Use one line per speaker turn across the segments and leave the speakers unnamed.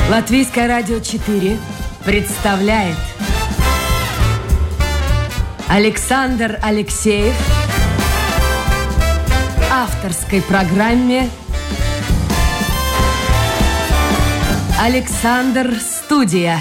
Латвийское радио 4 представляет Александр Алексеев в авторской программе «Александр Студия».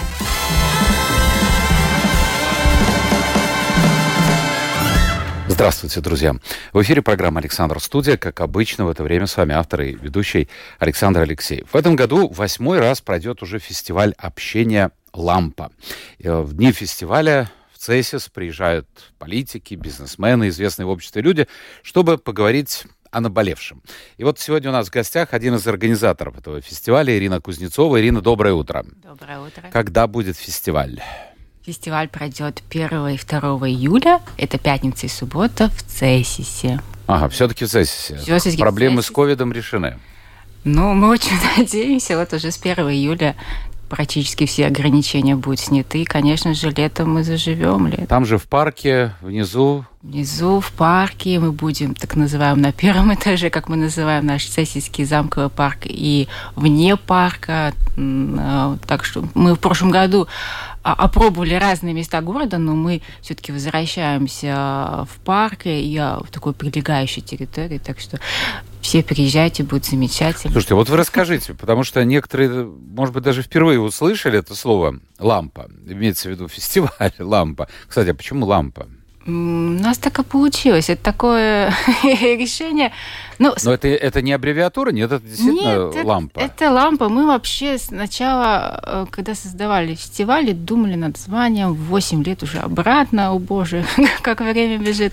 Здравствуйте, друзья. В эфире программа «Александр Студия». Как обычно, в это время с вами автор и ведущий Александр Алексеев. В этом году 8-й раз пройдет уже фестиваль общения «Лампа». В дни фестиваля в ЦЕСИС приезжают политики, бизнесмены, известные в обществе люди, чтобы поговорить о наболевшем. И вот сегодня у нас в гостях один из организаторов этого фестиваля, Ирина Кузнецова. Ирина, доброе утро.
Доброе утро.
Когда будет фестиваль?
Фестиваль пройдет 1 и 2 июля. Это пятница и суббота в ЦЕСИСе.
Ага, все-таки в ЦЕСИСе. Проблемы с ковидом решены.
Ну, мы очень надеемся. Вот уже с 1 июля практически все ограничения будут сняты. И, конечно же, летом мы заживем.
Там же в парке, внизу...
Внизу, в парке, мы будем, так называемым, на первом этаже, как мы называем наш Цесийский замковый парк, и вне парка. Так что мы в прошлом году опробовали разные места города, но мы все-таки возвращаемся в парк и в такой прилегающей территории, так что все приезжайте, будет замечательно.
Слушайте, вот вы расскажите, потому что некоторые, может быть, даже впервые услышали это слово «лампа», имеется в виду фестиваль «Лампа». Кстати, а почему «Лампа»?
У нас так и получилось. Это такое решение.
Но это не аббревиатура? Нет, это действительно лампа.
Это лампа. Мы вообще сначала, когда создавали фестиваль, думали над названием 8 лет уже обратно. О боже, как время бежит.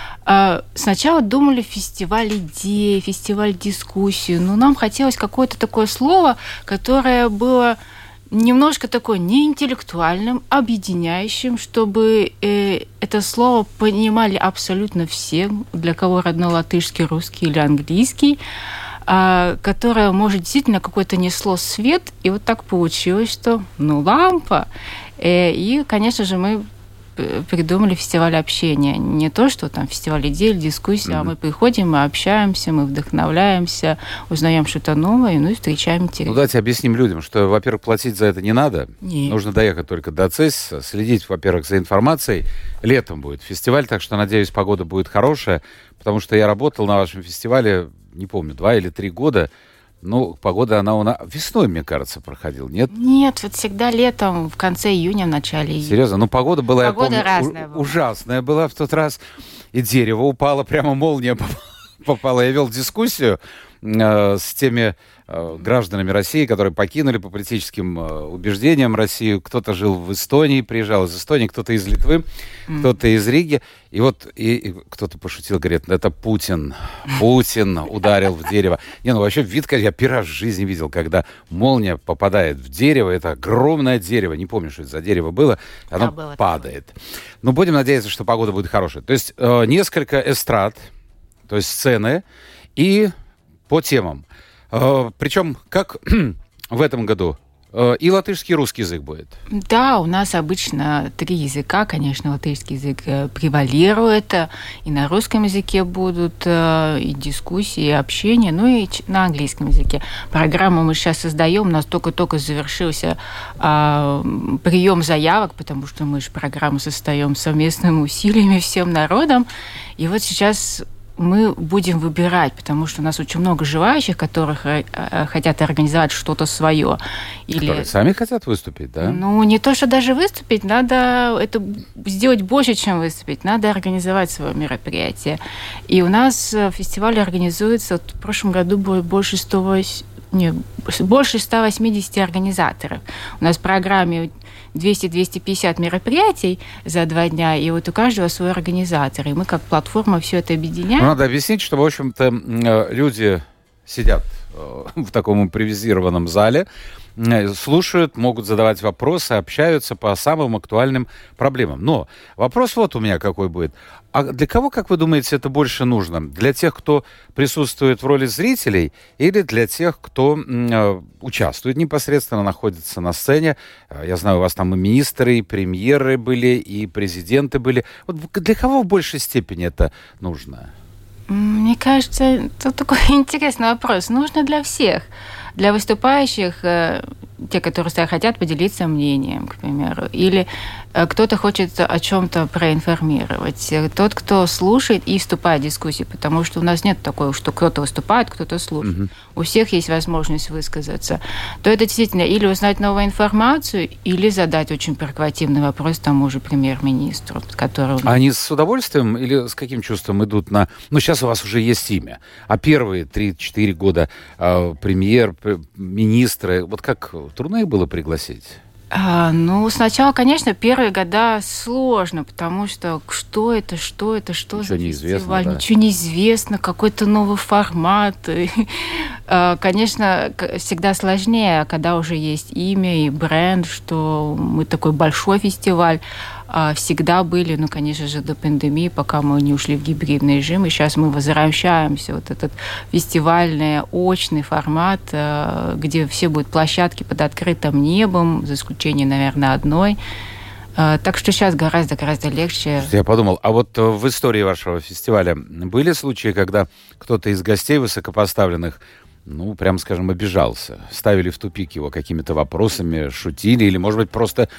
Сначала думали фестиваль идей, фестиваль дискуссий. Но нам хотелось какое-то такое слово, которое было немножко такое неинтеллектуальным, объединяющим, чтобы это слово понимали абсолютно все, для кого родной латышский, русский или английский, которое, может, действительно какой-то несло свет, и вот так получилось, что, лампа. И, конечно же, мы придумали фестиваль общения. Не то, что там фестиваль идей или дискуссий, а мы приходим, мы общаемся, мы вдохновляемся, узнаем что-то новое, и встречаем интерес.
Давайте объясним людям, что, во-первых, платить за это не надо.
Нет.
Нужно доехать только до ЦЕСИСа, следить, во-первых, за информацией. Летом будет фестиваль, так что, надеюсь, погода будет хорошая, потому что я работал на вашем фестивале, не помню, 2 или 3 года. Погода, она у нас весной, мне кажется, проходила, нет?
Нет, вот всегда летом, в конце июня, в начале июня.
Серьезно? Погода была, я помню,
разная была.
Ужасная была в тот раз. И дерево упало, прямо молния попала. Я вел дискуссию с теми гражданами России, которые покинули по политическим убеждениям Россию. Кто-то жил в Эстонии, приезжал из Эстонии, кто-то из Литвы, кто-то из Риги. И кто-то пошутил, говорит, это Путин ударил в дерево. Вообще вид, я первый раз в жизни видел, когда молния попадает в дерево. Это огромное дерево. Не помню, что это за дерево было. Оно падает. Но будем надеяться, что погода будет хорошая. То есть несколько эстрад, то есть сцены и по темам. Причем, как в этом году, и латышский, и русский язык будет.
Да, у нас обычно 3 языка. Конечно, латышский язык превалирует. И на русском языке будут и дискуссии, и общение, и на английском языке. Программу мы сейчас создаем. У нас только-только завершился прием заявок, потому что мы же программу создаем совместными усилиями всем народом. И вот сейчас мы будем выбирать, потому что у нас очень много желающих, которых хотят организовать что-то свое.
Которые сами хотят выступить, да?
Не то, что даже выступить, надо это сделать больше, чем выступить. Надо организовать свое мероприятие. И у нас фестиваль организуется, в прошлом году было больше 180 организаторов. У нас в программе 200-250 мероприятий за 2 дня, и вот у каждого свой организатор. И мы как платформа все это объединяем.
Надо объяснить, что, в общем-то, люди сидят в таком импровизированном зале, слушают, могут задавать вопросы, общаются по самым актуальным проблемам. Но вопрос вот у меня какой будет. А для кого, как вы думаете, это больше нужно? Для тех, кто присутствует в роли зрителей, или для тех, кто участвует непосредственно, находится на сцене? Я знаю, у вас там и министры, и премьеры были, и президенты были. Вот для кого в большей степени это нужно?
Мне кажется, это такой интересный вопрос. Нужно для всех. Для выступающих те, которые хотят поделиться мнением, к примеру, или кто-то хочет о чем-то проинформировать. Тот, кто слушает и вступает в дискуссии, потому что у нас нет такого, что кто-то выступает, кто-то слушает.
Мгм.
У всех есть возможность высказаться. То это действительно или узнать новую информацию, или задать очень провокативный вопрос тому же премьер-министру, который...
А они с удовольствием или с каким чувством идут на... Ну, сейчас у вас уже есть имя. А первые 3-4 года премьер, министры, вот как трудно их было пригласить?
Ну, сначала, конечно, первые года сложно, потому что что это, что
Ничего
за
неизвестно,
фестиваль,
да.
ничего неизвестно, какой-то новый формат. Конечно, всегда сложнее, когда уже есть имя и бренд, что мы такой большой фестиваль. Всегда были, ну, конечно же, до пандемии, пока мы не ушли в гибридный режим, и сейчас мы возвращаемся, вот этот фестивальный, очный формат, где все будут площадки под открытым небом, за исключением, наверное, одной. Так что сейчас гораздо легче.
Я подумал, а вот в истории вашего фестиваля были случаи, когда кто-то из гостей высокопоставленных, ну, прямо скажем, обижался, ставили в тупик его какими-то вопросами, шутили, или, может быть, просто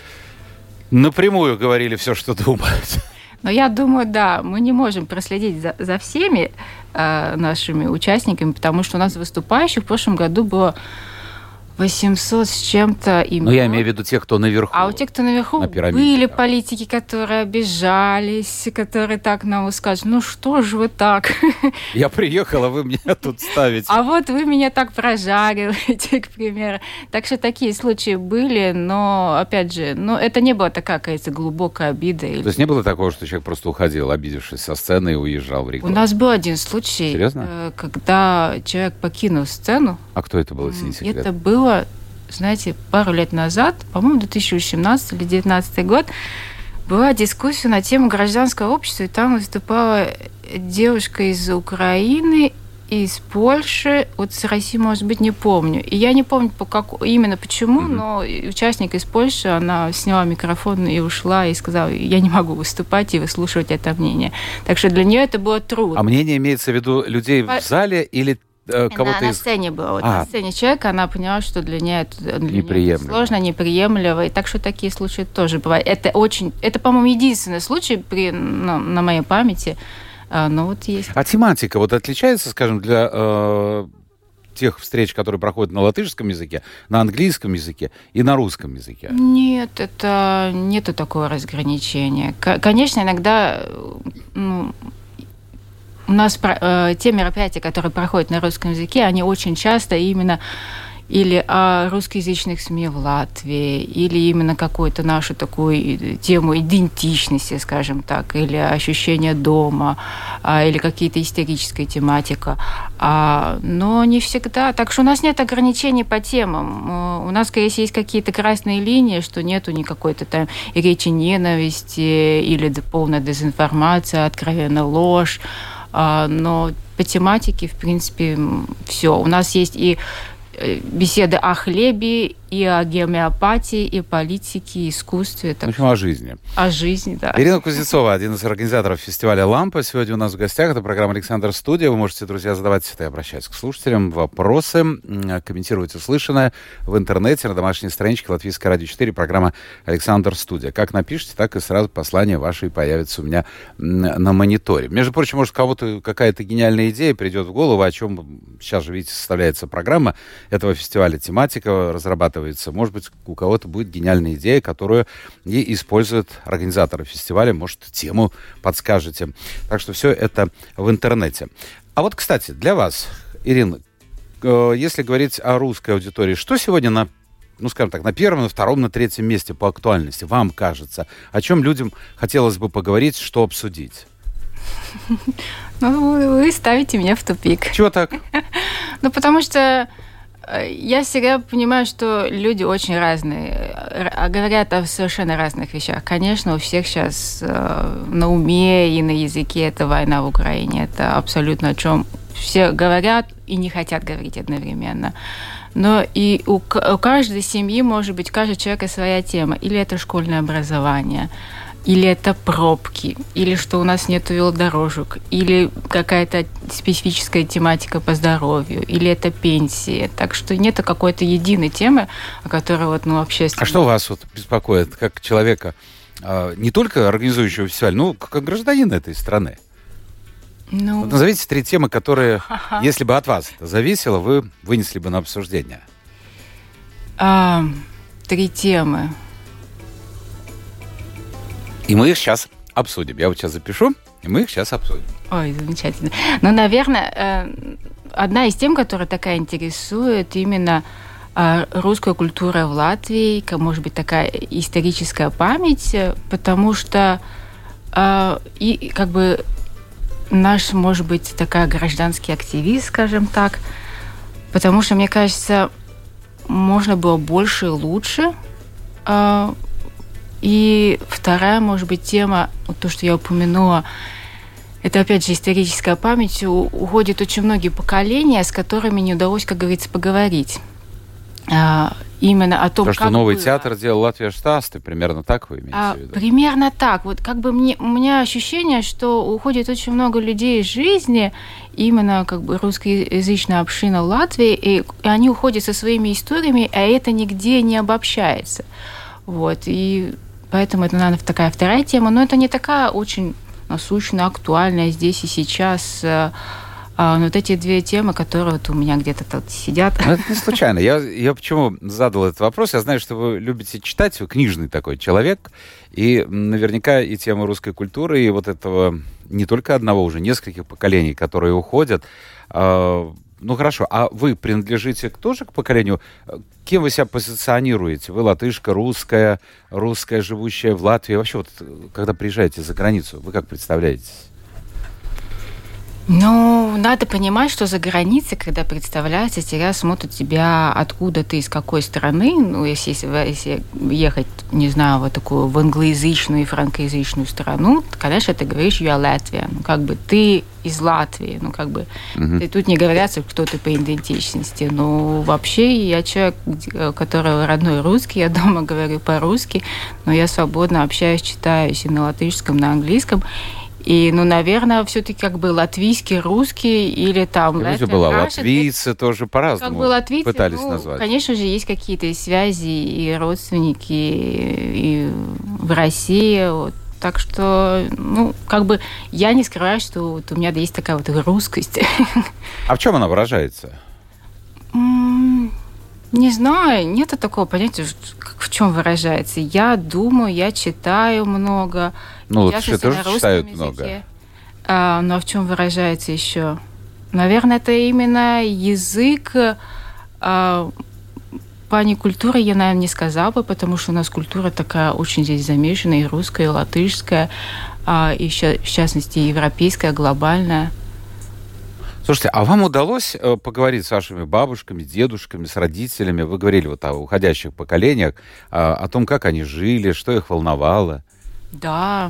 напрямую говорили все, что думают?
Но я думаю, да, мы не можем проследить за всеми нашими участниками, потому что у нас выступающих в прошлом году было 800 с чем-то имен.
Ну, я имею в виду тех, кто наверху.
А у тех, кто наверху,
на пирамиде,
были
да.
политики, которые обижались, которые так нам скажут, ну что же вы так?
Я приехал, а вы меня тут ставите.
А вот вы меня так прожариваете, к примеру. Так что такие случаи были, но, опять же, это не была такая, кажется, глубокая обида.
То есть не было такого, что человек просто уходил, обидевшись со сцены, и уезжал в
У
Ригу?
нас был один случай,
Серьезно?
когда человек покинул сцену.
А кто это был, если не секрет?
Это было, знаете, пару лет назад, по-моему, 2018 или 2019 год, была дискуссия на тему гражданского общества, и там выступала девушка из Украины, из Польши, вот с России, может быть, не помню. И я не помню именно почему, но участник из Польши, она сняла микрофон и ушла, и сказала, я не могу выступать и выслушивать это мнение. Так что для нее это было трудно.
А мнение имеется в виду людей в зале или кого-то
на
из...
сцене было. Вот на сцене человека, она поняла, что для нее это
неприемлемо.
Сложно, неприемлемо. И так что такие случаи тоже бывают. Это, по-моему, единственный случай на моей памяти. Но вот есть.
А тематика вот отличается, скажем, для тех встреч, которые проходят на латышском языке, на английском языке и на русском языке?
Нет, нету такого разграничения. Конечно, иногда у нас те мероприятия, которые проходят на русском языке, они очень часто именно или о русскоязычных СМИ в Латвии, или именно какую-то нашу такую тему идентичности, скажем так, или ощущение дома, или какие-то историческая тематика. Но не всегда. Так что у нас нет ограничений по темам. У нас, если есть какие-то красные линии, что нету никакой-то там речи ненависти или полная дезинформация, откровенная ложь. Но по тематике, в принципе, все. У нас есть и беседы о хлебе, и о гомеопатии, и политике, и искусстве.
В общем, о жизни.
О жизни, да.
Ирина Кузнецова, один из организаторов фестиваля «Лампа». Сегодня у нас в гостях. Это программа «Александр Студия». Вы можете, друзья, задавать и обращаться к слушателям, вопросы, комментировать услышанное в интернете, на домашней страничке Латвийское радио 4, программа «Александр Студия». Как напишите, так и сразу послание ваше появится у меня на мониторе. Между прочим, может, у кого-то какая-то гениальная идея придет в голову, о чем сейчас же, видите, составляется программа этого фестиваля, тематика разрабатывается. Может быть, у кого-то будет гениальная идея, которую и используют организаторы фестиваля. Может, тему подскажете. Так что все это в интернете. А вот, кстати, для вас, Ирина, если говорить о русской аудитории, что сегодня на первом, на втором, на третьем месте по актуальности, вам кажется? О чем людям хотелось бы поговорить, что обсудить?
Вы ставите меня в тупик.
Чего так?
Потому что я всегда понимаю, что люди очень разные, говорят о совершенно разных вещах. Конечно, у всех сейчас на уме и на языке это война в Украине. Это абсолютно о чем все говорят и не хотят говорить одновременно. Но и у каждой семьи, может быть, у каждого человека своя тема. Или это школьное образование, или это пробки, или что у нас нет велодорожек, или какая-то специфическая тематика по здоровью, или это пенсия. Так что нет какой-то единой темы, о которой общественно...
А что вас беспокоит, как человека, не только организующего фестиваль, но как гражданина этой страны? Назовите 3 темы, которые, если бы от вас это зависело, вы вынесли бы на обсуждение.
3 темы.
И мы их сейчас обсудим. Я сейчас запишу, и мы их сейчас обсудим.
Ой, замечательно. Наверное, одна из тем, которая такая интересует, именно русская культура в Латвии, может быть, такая историческая память, потому что и наш, может быть, такая гражданский активист, скажем так, потому что, мне кажется, можно было больше и лучше. И вторая, может быть, тема, то, что я упомянула, это, опять же, историческая память. Уходит очень многие поколения, с которыми не удалось, как говорится, поговорить. Именно о том,
то, что новый театр делал Латвия Штасты, примерно так вы имеете в виду?
Примерно так. У меня ощущение, что уходит очень много людей из жизни, именно русскоязычная община Латвии, и они уходят со своими историями, а это нигде не обобщается. И поэтому это, наверное, такая вторая тема, но это не такая очень насущная, актуальная здесь и сейчас. Но эти 2 темы, которые у меня где-то тут сидят.
Это не случайно. Я почему задал этот вопрос? Я знаю, что вы любите читать, вы книжный такой человек, и наверняка и тема русской культуры, и этого не только одного, уже нескольких поколений, которые уходят. Хорошо, а вы принадлежите тоже к поколению? Кем вы себя позиционируете? Вы латышка, русская, живущая в Латвии. Вообще, когда приезжаете за границу, вы как представляетесь?
Надо понимать, что за границей, когда представляется, тебя смотрят тебя, откуда ты, из какой страны. Если ехать, не знаю, в англоязычную и франкоязычную страну, конечно, ты говоришь «you are Latvian». Ты из Латвии. И тут не говорят, кто ты по идентичности. Вообще, я человек, у которого родной русский, я дома говорю по-русски, но я свободно общаюсь, читаюсь и на латышском, на английском. И, наверное, все-таки латвийский, русский или там...
Люди была латвийцы, тоже по-разному
латвийцы,
пытались назвать.
Конечно же, есть какие-то связи и родственники и в России. Так что, я не скрываю, что у меня есть такая русскость.
А в чем она выражается?
Не знаю, нет такого понятия, в чем выражается. Я думаю, я читаю много.
Латыши тоже читают много.
Но в чем выражается еще? Наверное, это именно язык. В плане культуры я, наверное, не сказала бы, потому что у нас культура такая очень здесь замешана, и русская, и латышская, и в частности, и европейская, глобальная.
Слушайте, а вам удалось поговорить с вашими бабушками, дедушками, с родителями? Вы говорили о уходящих поколениях, о том, как они жили, что их волновало.
Да,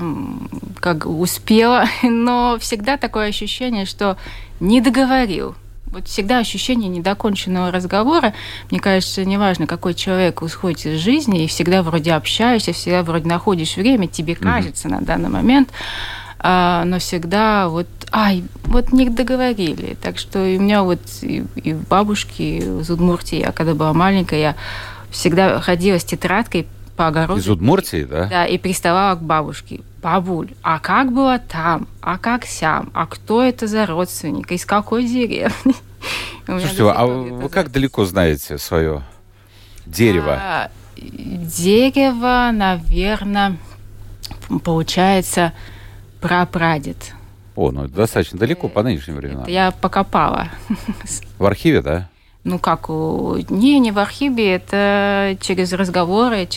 успела, но всегда такое ощущение, что не договорил. Всегда ощущение недоконченного разговора. Мне кажется, неважно, какой человек уходит из жизни, и всегда вроде общаешься, всегда вроде находишь время, тебе кажется на данный момент, но всегда не договорили. Так что и у меня и в бабушке из Удмуртии, я когда была маленькая, я всегда ходила с тетрадкой по огороду.
Из Удмуртии, да?
Да, и приставала к бабушке. Бабуль, а как было там? А как сям? А кто это за родственник? Из какой деревни?
Слушайте, а вы как далеко знаете свое дерево?
Дерево, наверное, получается, прапрадед.
Это достаточно далеко по нынешним временам.
Это я покопала.
В архиве, да?
Не в архиве, это через разговоры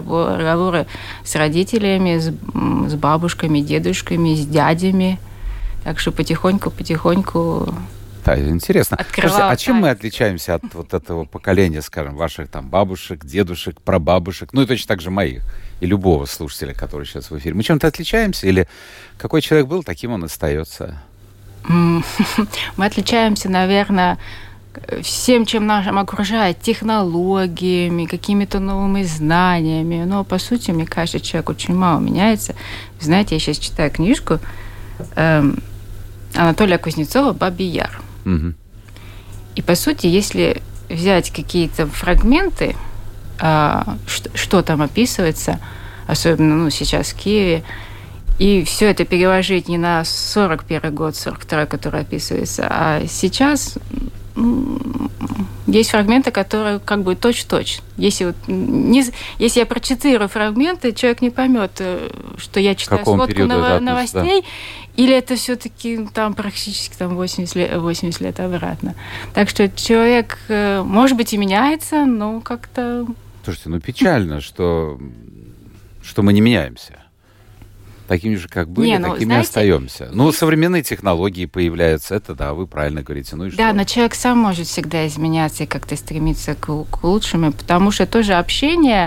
с родителями, с бабушками, дедушками, с дядями. Так что потихоньку
Да, интересно.
Слушайте,
а чем мы отличаемся от этого поколения, скажем, ваших бабушек, дедушек, прабабушек, и точно так же моих, и любого слушателя, который сейчас в эфире? Мы чем-то отличаемся? Или какой человек был, таким он остается?
Мы отличаемся, наверное, всем, чем нас окружает, технологиями, какими-то новыми знаниями. Но, по сути, мне кажется, человек очень мало меняется. Вы знаете, я сейчас читаю книжку Анатолия Кузнецова «Бабий Яр».
Угу.
И, по сути, если взять какие-то фрагменты, что там описывается, особенно сейчас в Киеве, и все это переложить не на 41 год, 42, который описывается, а сейчас есть фрагменты, которые как бы точь-в-точь. Если я процитирую фрагменты, человек не поймет, что я читаю сводку новостей, да. Или это все-таки там практически 80 лет обратно. Так что человек, может быть, и меняется, но как-то...
Слушайте, печально, что мы не меняемся. Такими же, как были, такими остаемся. Современные технологии появляются, это да, вы правильно говорите. Ну и
да,
что?
но человек сам может всегда изменяться и как-то стремиться к лучшему, потому что тоже общение,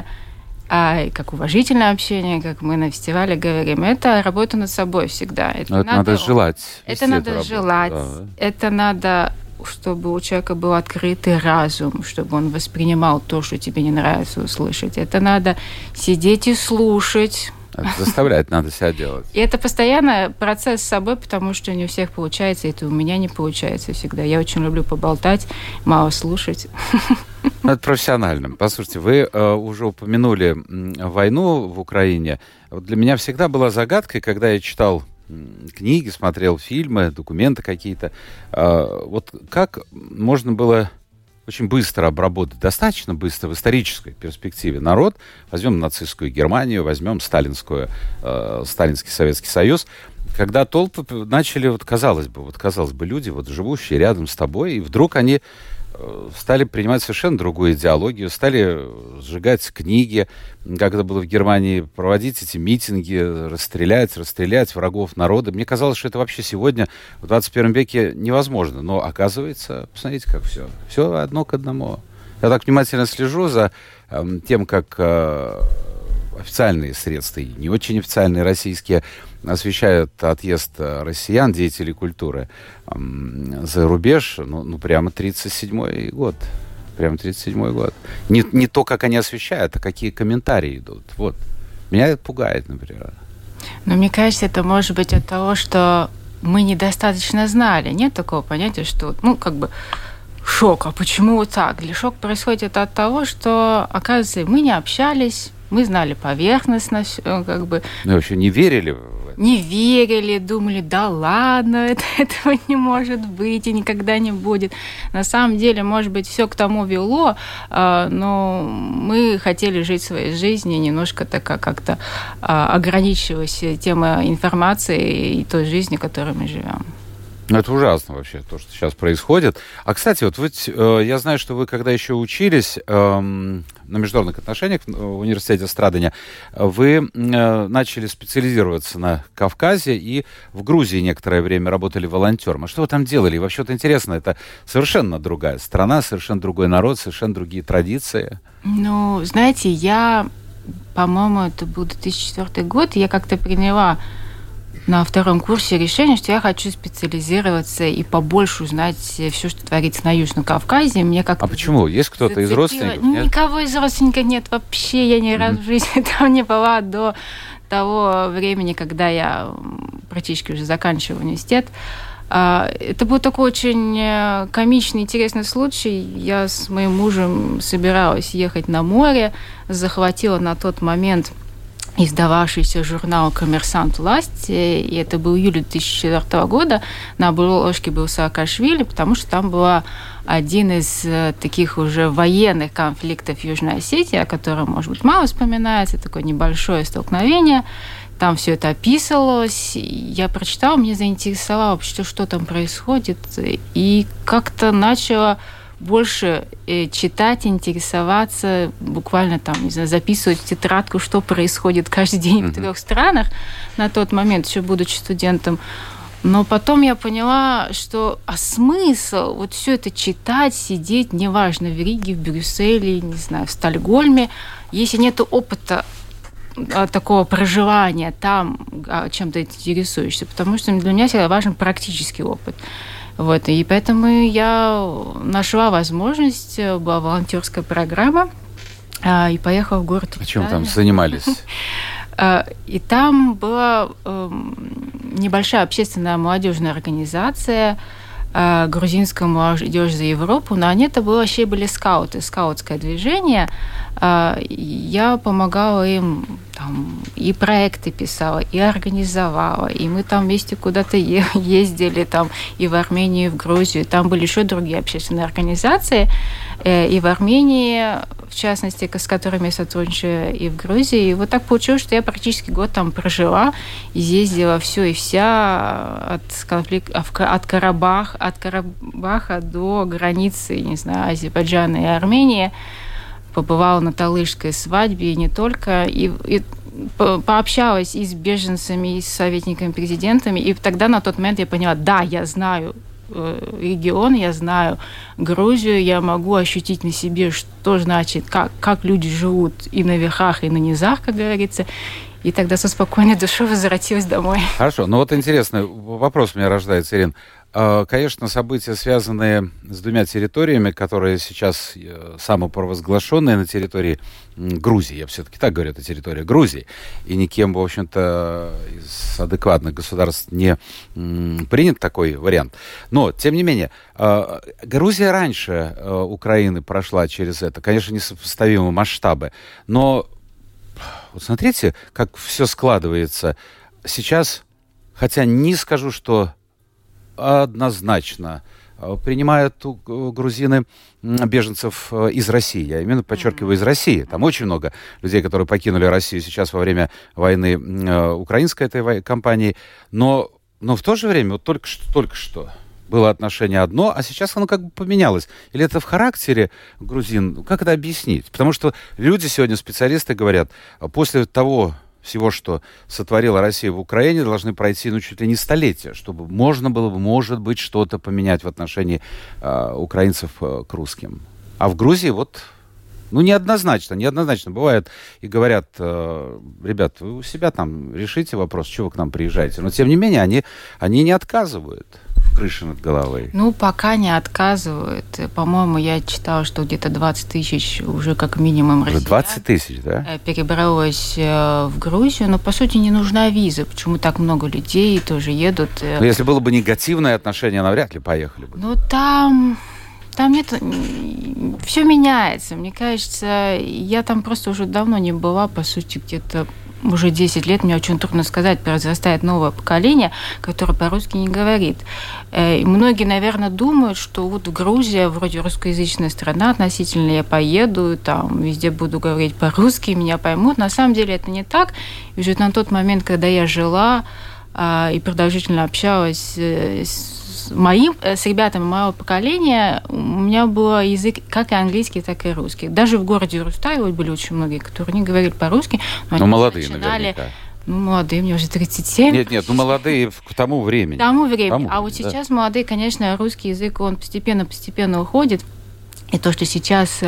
как уважительное общение, как мы на фестивале говорим, это работа над собой всегда. Это
надо желать.
Это надо желать. Да. Это надо, чтобы у человека был открытый разум, чтобы он воспринимал то, что тебе не нравится услышать. Это надо сидеть и слушать.
Заставлять надо себя делать.
И это постоянно процесс с собой, потому что не у всех получается, это у меня не получается всегда. Я очень люблю поболтать, мало слушать.
Это профессионально. Послушайте, вы уже упомянули войну в Украине. Вот для меня всегда была загадкой, когда я читал книги, смотрел фильмы, документы какие-то. Вот как можно было очень быстро обработать, достаточно быстро в исторической перспективе народ, возьмем нацистскую Германию, возьмем сталинский Советский Союз, когда толпы начали, казалось бы, люди, живущие рядом с тобой, и вдруг они стали принимать совершенно другую идеологию, стали сжигать книги, как это было в Германии, проводить эти митинги, расстрелять врагов народа. Мне казалось, что это вообще сегодня, в 21 веке, невозможно. Но оказывается, посмотрите, как все одно к одному. Я так внимательно слежу за тем, как официальные средства и не очень официальные российские освещают отъезд россиян, деятелей культуры, за рубеж, прямо 37-й год. Прямо 37-й год. Не то, как они освещают, а какие комментарии идут. Вот. Меня это пугает, например.
Но мне кажется, это может быть от того, что мы недостаточно знали. Нет такого понятия, что, шок. А почему вот так? Или шок происходит от того, что, оказывается, мы не общались, мы знали поверхностно,
Мы вообще не верили в это.
Не верили, думали, да ладно, этого не может быть и никогда не будет. На самом деле, может быть, все к тому вело, но мы хотели жить своей жизнью, немножко так как-то ограничиваясь темой информации и той жизни, в которой мы живем.
Это ужасно вообще, то, что сейчас происходит. А, кстати, я знаю, что вы, когда еще учились на международных отношениях в университете Страдания, вы начали специализироваться на Кавказе и в Грузии некоторое время работали волонтером. А что вы там делали? И вообще интересно, это совершенно другая страна, совершенно другой народ, совершенно другие традиции.
Знаете, по-моему, это был 2004 год, я как-то приняла на втором курсе решение, что я хочу специализироваться и побольше узнать все, что творится на Южном Кавказе.
А почему? Есть кто-то из родственников? Нет?
Никого из родственников нет вообще. Я ни разу в жизни там не была до того времени, когда я практически уже заканчивала университет. Это был такой очень комичный, интересный случай. Я с моим мужем собиралась ехать на море, захватила на тот момент издававшийся журнал «Коммерсант. Власть», и это был июль 2004 года. На обложке был Саакашвили, потому что там был один из таких уже военных конфликтов Южной Осетии, о котором, может быть, мало вспоминается, такое небольшое столкновение. Там все это описывалось. Я прочитала, мне заинтересовало, что там происходит, и как-то начала больше читать, интересоваться, буквально записывать в тетрадку, что происходит каждый день в 3 странах на тот момент, еще будучи студентом. Но потом я поняла, что смысл все это читать, сидеть, неважно, в Риге, в Брюсселе, не знаю, в Стокгольме, если нет опыта такого проживания там, чем ты интересуешься, потому что для меня всегда важен практический опыт. Вот, и поэтому я нашла возможность, была волонтерская программа, и поехала в город.
А чем там занимались?
И там была небольшая общественная молодежная организация «Грузинская молодежь за Европу», но они это вообще были скауты, скаутское движение. Я помогала им, там, и проекты писала, и организовала, и мы там вместе куда-то ездили, там, и в Армению, и в Грузию. Там были еще другие общественные организации, и в Армении, в частности, с которыми я сотрудничаю, и в Грузии. И вот так получилось, что я практически год там прожила, и ездила все и вся от Карабаха до границы, не знаю, Азербайджана и Армении. Побывала на талышской свадьбе, и не только, и пообщалась и с беженцами, и с советниками, президентами, и тогда на тот момент я поняла, да, я знаю регион, я знаю Грузию, я могу ощутить на себе, что значит, как люди живут и на верхах, и на низах, как говорится, и тогда со спокойной душой возвратилась домой.
Хорошо, ну вот интересный вопрос у меня рождается, Ирина. Конечно, события, связанные с двумя территориями, которые сейчас самопровозглашенные на территории Грузии, я все-таки так говорю, это территория Грузии, и никем, в общем-то, из адекватных государств не принят такой вариант. Но, тем не менее, Грузия раньше Украины прошла через это, конечно, несопоставимые масштабы, но вот смотрите, как все складывается. Сейчас, хотя не скажу, что однозначно принимают грузины беженцев из России. Я именно подчеркиваю, из России. Там очень много людей, которые покинули Россию сейчас во время войны украинской этой кампании. Но в то же время, вот только что было отношение одно, а сейчас оно как бы поменялось. Или это в характере грузин? Как это объяснить? Потому что люди сегодня, специалисты говорят, после того всего, что сотворила Россия в Украине, должны пройти, чуть ли не столетия, чтобы можно было бы, может быть, что-то поменять в отношении украинцев к русским. А в Грузии неоднозначно. Бывает и говорят, ребят, вы у себя там решите вопрос, чего вы к нам приезжаете. Но, тем не менее, они не отказывают. Крыши над головой.
Пока не отказывают. По-моему, я читала, что где-то 20 тысяч уже как минимум
россиян. 20 тысяч, да?
Перебралось в Грузию. Но, по сути, не нужна виза. Почему так много людей тоже едут?
Но если было бы негативное отношение, навряд ли поехали бы.
Там нет... Все меняется. Мне кажется, я там просто уже давно не была, по сути, где-то уже 10 лет, мне очень трудно сказать, произрастает новое поколение, которое по-русски не говорит. И многие, наверное, думают, что вот Грузия вроде русскоязычная страна, относительно я поеду, там везде буду говорить по-русски, меня поймут. На самом деле это не так. И уже на тот момент, когда я жила и продолжительно общалась с ребятами моего поколения, у меня был язык как и английский, так и русский. Даже в городе Рустаево были очень многие, которые не говорили по-русски.
Но молодые наверняка.
Молодые, мне уже 37.
Нет, молодые к тому времени.
К тому времени. А вот сейчас молодые, конечно, русский язык, он постепенно уходит. И то, что сейчас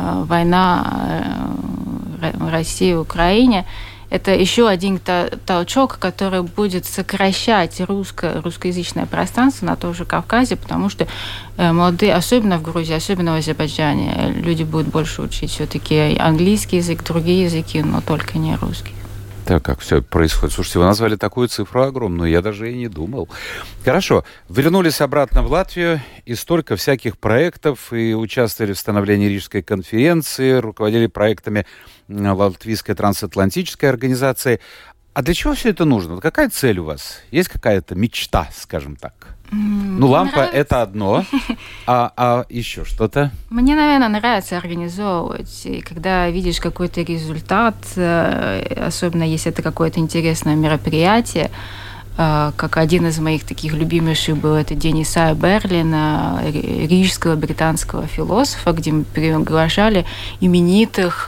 война России и Украине, это еще один толчок, который будет сокращать русскоязычное пространство на том же Кавказе, потому что молодые, особенно в Грузии, особенно в Азербайджане, люди будут больше учить все-таки английский язык, другие языки, но только не русский.
Так как все происходит. Слушайте, вы назвали такую цифру огромную, я даже и не думал. Хорошо, вернулись обратно в Латвию, и столько всяких проектов, и участвовали в становлении Рижской конференции, руководили проектами Латвийской трансатлантической организации. А для чего все это нужно? Какая цель у вас? Есть какая-то мечта, скажем так? Лампа — это одно, а еще что-то?
Мне, наверное, нравится организовывать. И когда видишь какой-то результат, особенно если это какое-то интересное мероприятие, как один из моих таких любимейших был это день Исайя Берлина, рижского британского философа, где мы приглашали именитых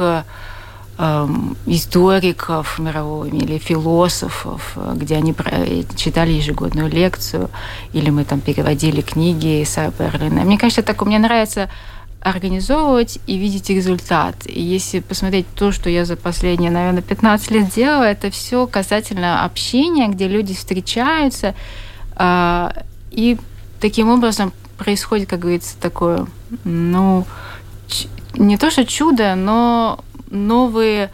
историков мирового или философов, где они читали ежегодную лекцию, или мы там переводили книги Исайя Берлина. Мне кажется, мне нравится организовывать и видеть результат. И если посмотреть то, что я за последние, наверное, 15 лет делала, это все касательно общения, где люди встречаются и таким образом происходит, как говорится, такое, ну, не то что чудо, но новые...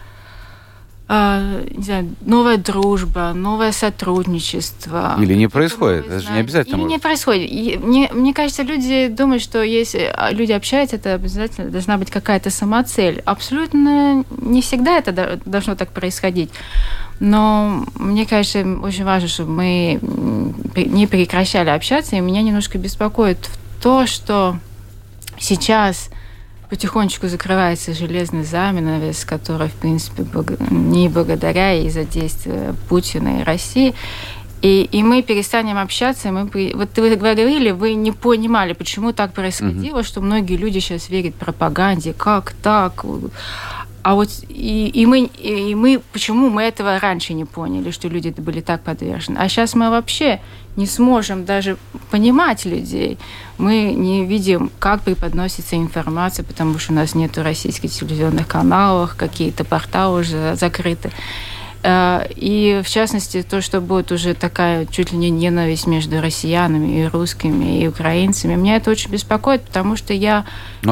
не знаю, новая дружба, новое сотрудничество.
Или не происходит, это же не обязательно.
Или не происходит. И мне кажется, люди думают, что если люди общаются, это обязательно должна быть какая-то самоцель. Абсолютно не всегда это должно так происходить. Но мне кажется, очень важно, чтобы мы не прекращали общаться, и меня немножко беспокоит то, что сейчас потихонечку закрывается железный занавес, который, в принципе, не благодаря из-за действия Путина и России. И мы перестанем общаться. Вот вы говорили, вы не понимали, почему так происходило, что многие люди сейчас верят пропаганде. Как так? А вот и мы, почему мы этого раньше не поняли, что люди были так подвержены? А сейчас мы вообще не сможем даже понимать людей. Мы не видим, как преподносится информация, потому что у нас нет российских телевизионных каналов, какие-то порталы уже закрыты. И, в частности, то, что будет уже такая чуть ли не ненависть между россиянами и русскими, и украинцами, меня это очень беспокоит, потому что я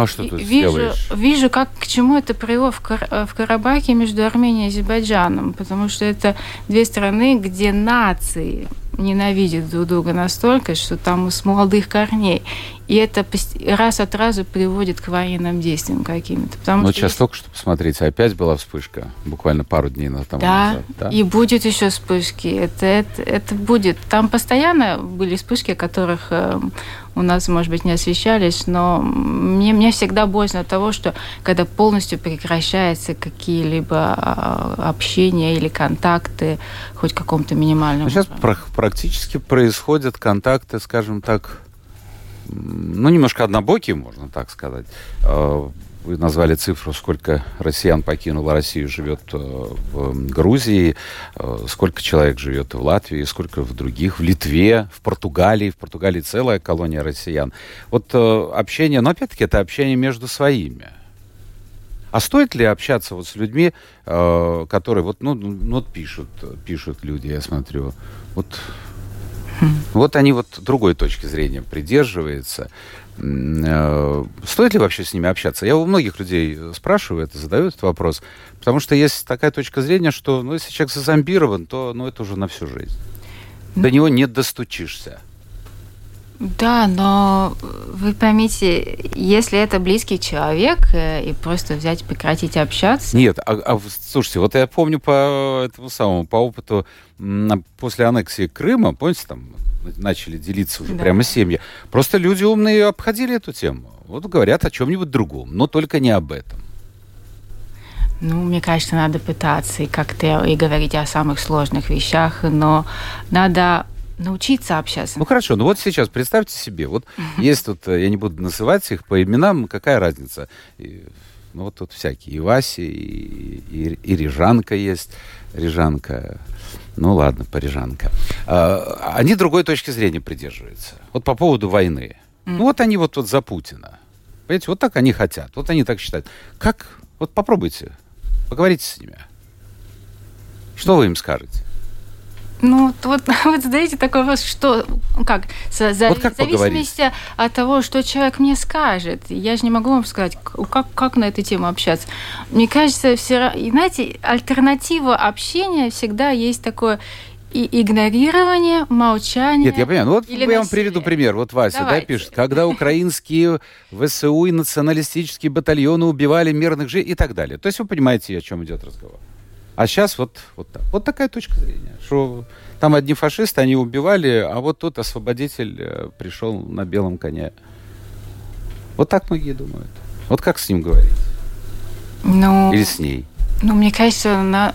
вижу, к чему это привело в Карабахе между Арменией и Азербайджаном, потому что это две страны, где нации ненавидят друг друга настолько, что там с молодых корней. И это раз от раза приводит к военным действиям каким-то.
Но сейчас только что посмотрите, опять была вспышка, буквально пару дней назад.
Да, и будет еще вспышки. Это будет. Там постоянно были вспышки, о которых у нас, может быть, не освещались, но мне всегда боязно того, что когда полностью прекращаются какие-либо общения или контакты, хоть в каком-то минимальном...
Сейчас практически происходят контакты, скажем так, ну, немножко однобокие, можно так сказать. Вы назвали цифру, сколько россиян покинуло Россию, живет в Грузии, сколько человек живет в Латвии, сколько в других, в Литве, в Португалии. В Португалии целая колония россиян. Вот общение, но опять-таки это общение между своими. А стоит ли общаться вот с людьми, которые вот, пишут люди, я смотрю, вот они вот другой точки зрения придерживаются. Стоит ли вообще с ними общаться? Я у многих людей спрашиваю задаю этот вопрос, потому что есть такая точка зрения, что если человек зазомбирован, то это уже на всю жизнь. До него не достучишься.
Да, но вы поймите, если это близкий человек, и просто взять и прекратить общаться...
Нет, слушайте, вот я помню по опыту после аннексии Крыма, помните, там начали делиться уже прямо семьи, просто люди умные обходили эту тему. Вот говорят о чем-нибудь другом, но только не об этом.
Мне кажется, надо пытаться и как-то и говорить о самых сложных вещах, но надо научиться общаться.
Хорошо, вот сейчас представьте себе, есть тут, я не буду называть их по именам, какая разница? Тут всякие, и Вася, и Рижанка есть, Рижанка, ладно, Парижанка. Они другой точки зрения придерживаются. По поводу войны. Они за Путина. Понимаете, так они хотят, они так считают. Как? Попробуйте, поговорите с ними. Что вы им скажете?
Вот задаете такой вопрос, что, как, в зависимости от того, что человек мне скажет. Я же не могу вам сказать, как на эту тему общаться. Мне кажется, знаете, альтернатива общения всегда есть такое игнорирование, молчание.
Нет, я понимаю. Я вам приведу пример. Вася, пишет, когда украинские ВСУ и националистические батальоны убивали мирных жителей и так далее. То есть вы понимаете, о чем идет разговор. А сейчас так. Вот такая точка зрения, что там одни фашисты, они убивали, а тут освободитель пришел на белом коне. Вот так многие думают. Как с ним говорить? Или с ней?
Мне кажется,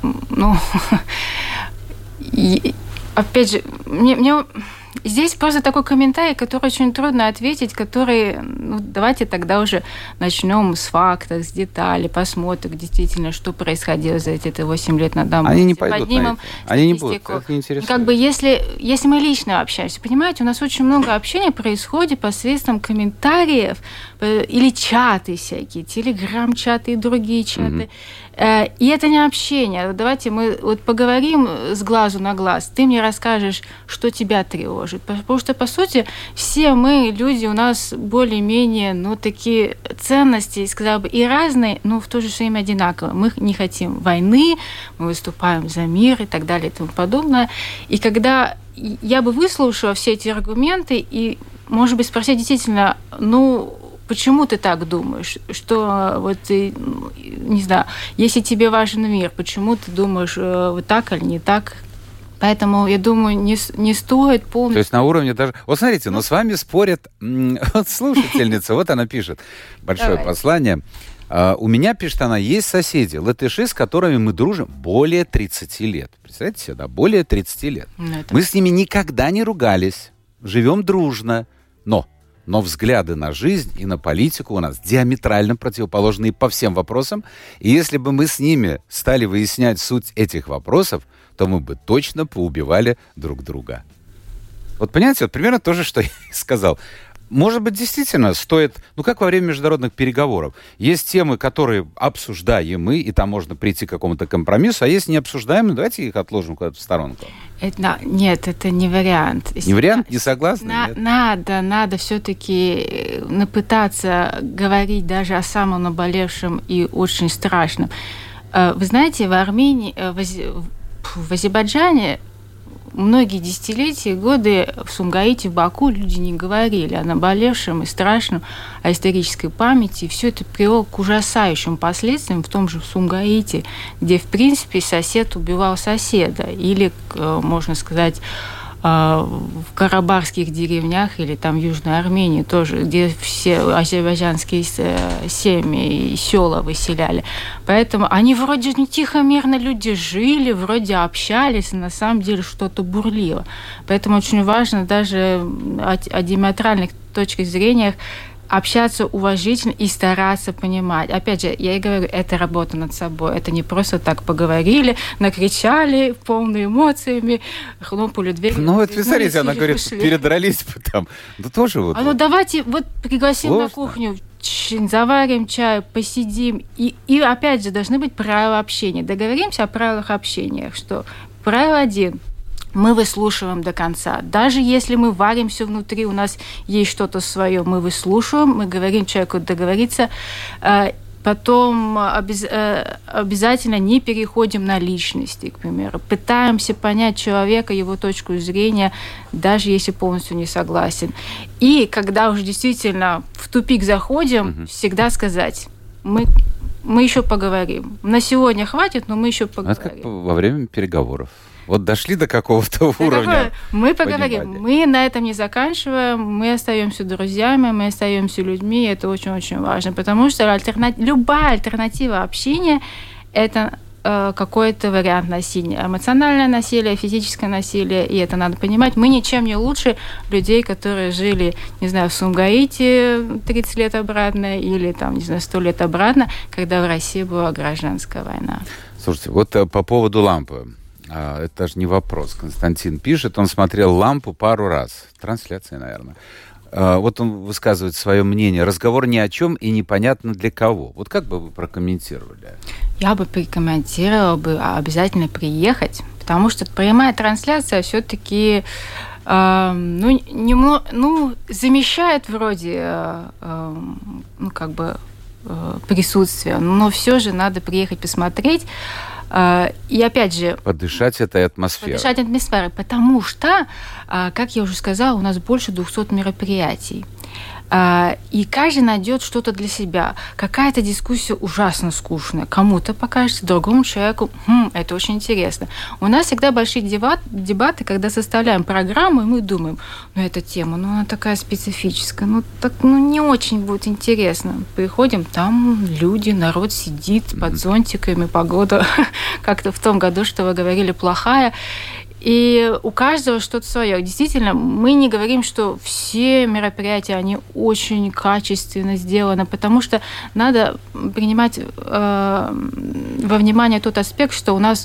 опять же, мне здесь просто такой комментарий, который очень трудно ответить, который, давайте тогда уже начнем с фактов, с деталей, посмотрим действительно, что происходило за эти 8 лет на Донбассе.
Они не пойдут на это. Они не будут, это не интересует.
Если мы лично общаемся, понимаете, у нас очень много общения происходит посредством комментариев или чаты всякие, телеграм-чаты и другие чаты. И это не общение. Давайте мы вот поговорим с глазу на глаз. Ты мне расскажешь, что тебя тревожит. Потому что, по сути, все мы, люди, у нас более-менее, такие ценности, сказала бы, и разные, но в то же время одинаковые. Мы не хотим войны, мы выступаем за мир и так далее и тому подобное. И когда я бы выслушала все эти аргументы и, может быть, спросить действительно, почему ты так думаешь? Что вот ты, не знаю, если тебе важен мир, почему ты думаешь вот так или не так? Поэтому, я думаю, не стоит полностью...
То есть на уровне даже... Вот смотрите, но с вами спорят... Вот слушательница, вот она пишет большое послание. У меня, пишет она, есть соседи, латыши, с которыми мы дружим более 30 лет. Представляете себе, да? Более 30 лет. Мы с ними никогда не ругались, живем дружно, но взгляды на жизнь и на политику у нас диаметрально противоположные по всем вопросам. И если бы мы с ними стали выяснять суть этих вопросов, то мы бы точно поубивали друг друга. Вот понимаете, вот примерно то же, что я и сказал. Может быть, действительно стоит, как во время международных переговоров. Есть темы, которые обсуждаемы, и там можно прийти к какому-то компромиссу, а есть необсуждаемые, давайте их отложим куда-то в сторонку.
Нет, это не вариант.
Не вариант? Не согласны?
Надо все-таки пытаться говорить даже о самом наболевшем и очень страшном. Вы знаете, в Армении, в Азербайджане многие десятилетия, годы в Сумгаите, в Баку люди не говорили о наболевшем и страшном, о исторической памяти. И все это привело к ужасающим последствиям в том же Сумгаите, где, в принципе, сосед убивал соседа. Или, можно сказать, в карабахских деревнях или там в Южной Армении тоже, где все азербайджанские семьи и села выселяли. Поэтому они вроде тихо, мирно люди жили, вроде общались, на самом деле что-то бурлило. Поэтому очень важно даже о диаметральных точках зрения общаться уважительно и стараться понимать. Опять же, я и говорю, это работа над собой. Это не просто так поговорили, накричали, полные эмоциями, хлопали дверь.
Вот вы смотрите, она говорит, передрались бы там. Да тоже вот.
Давайте пригласим на кухню, заварим чай, посидим. И опять же, должны быть правила общения. Договоримся о правилах общения, что правило 1. Мы выслушиваем до конца. Даже если мы варимся внутри, у нас есть что-то свое, мы выслушиваем, мы говорим человеку договориться, потом обязательно не переходим на личности, к примеру. Пытаемся понять человека, его точку зрения, даже если полностью не согласен. И когда уже действительно в тупик заходим, всегда сказать, мы еще поговорим. На сегодня хватит, но мы еще поговорим.
Это как во время переговоров. Вот дошли до какого-то уровня.
Мы поговорим. Понимали. Мы на этом не заканчиваем. Мы остаемся друзьями, мы остаемся людьми. Это очень-очень важно. Потому что любая альтернатива общения – это какой-то вариант насилия. Эмоциональное насилие, физическое насилие. И это надо понимать. Мы ничем не лучше людей, которые жили, не знаю, в Сумгаите 30 лет обратно или, там, не знаю, 100 лет обратно, когда в России была гражданская война.
Слушайте, вот по поводу лампы. Это даже не вопрос. Константин пишет, он смотрел «Лампу» пару раз. Трансляция, наверное. Вот он высказывает свое мнение. Разговор ни о чем и непонятно для кого. Вот как бы вы прокомментировали?
Я бы прокомментировала бы обязательно приехать, потому что прямая трансляция все-таки замещает вроде присутствие, но все же надо приехать посмотреть. И опять же...
Подышать этой атмосферой.
Потому что, как я уже сказала, у нас больше 200 мероприятий. И каждый найдет что-то для себя. Какая-то дискуссия ужасно скучная. Кому-то покажется, другому человеку это очень интересно. У нас всегда большие дебаты, когда составляем программу, и мы думаем, эта тема, она такая специфическая, не очень будет интересно. Приходим, там люди, народ сидит под зонтиками, погода как-то в том году, что вы говорили, плохая. И у каждого что-то свое. Действительно, мы не говорим, что все мероприятия, они очень качественно сделаны, потому что надо принимать во внимание тот аспект, что у нас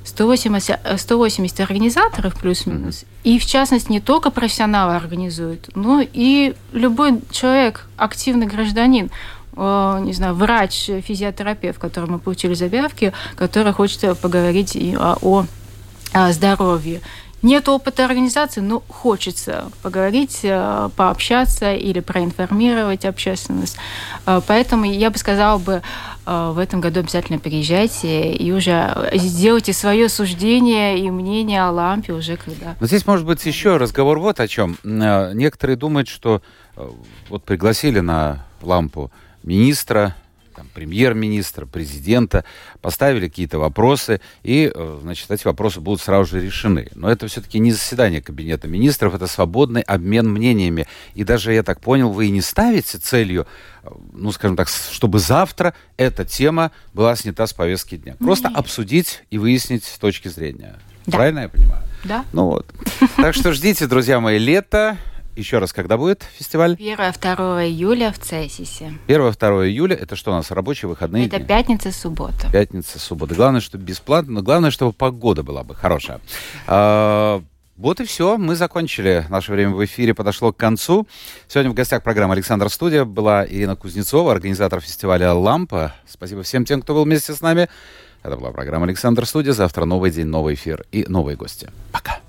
180 организаторов плюс-минус, и в частности не только профессионалы организуют, но и любой человек, активный гражданин. не знаю, врач, физиотерапевт, который мы получили заявки, который хочет поговорить о здоровье. Нет опыта организации, но хочется поговорить, пообщаться или проинформировать общественность. Поэтому я бы сказала в этом году обязательно приезжайте и уже сделайте свое суждение и мнение о лампе уже когда.
Но здесь может быть еще разговор вот о чем. Некоторые думают, что вот пригласили на лампу министра, премьер-министра, президента, поставили какие-то вопросы, и, значит, эти вопросы будут сразу же решены. Но это все-таки не заседание Кабинета министров, это свободный обмен мнениями. И даже, я так понял, вы и не ставите целью, ну, скажем так, чтобы завтра эта тема была снята с повестки дня. Просто обсудить и выяснить точки зрения. Да. Правильно я понимаю?
Да.
Ну вот. Так что ждите, друзья мои, лето. Еще раз, когда будет фестиваль?
1-2 июля в Цесисе.
1-2 июля. Это что у нас, рабочие выходные
Это
дни?
пятница, суббота.
Пятница, суббота. Главное, чтобы бесплатно, но главное, чтобы погода была бы хорошая. Вот и все. Мы закончили. Наше время в эфире подошло к концу. Сегодня в гостях программы «Александр Студия» была Ирина Кузнецова, организатор фестиваля «Лампа». Спасибо всем тем, кто был вместе с нами. Это была программа «Александр Студия». Завтра новый день, новый эфир и новые гости. Пока.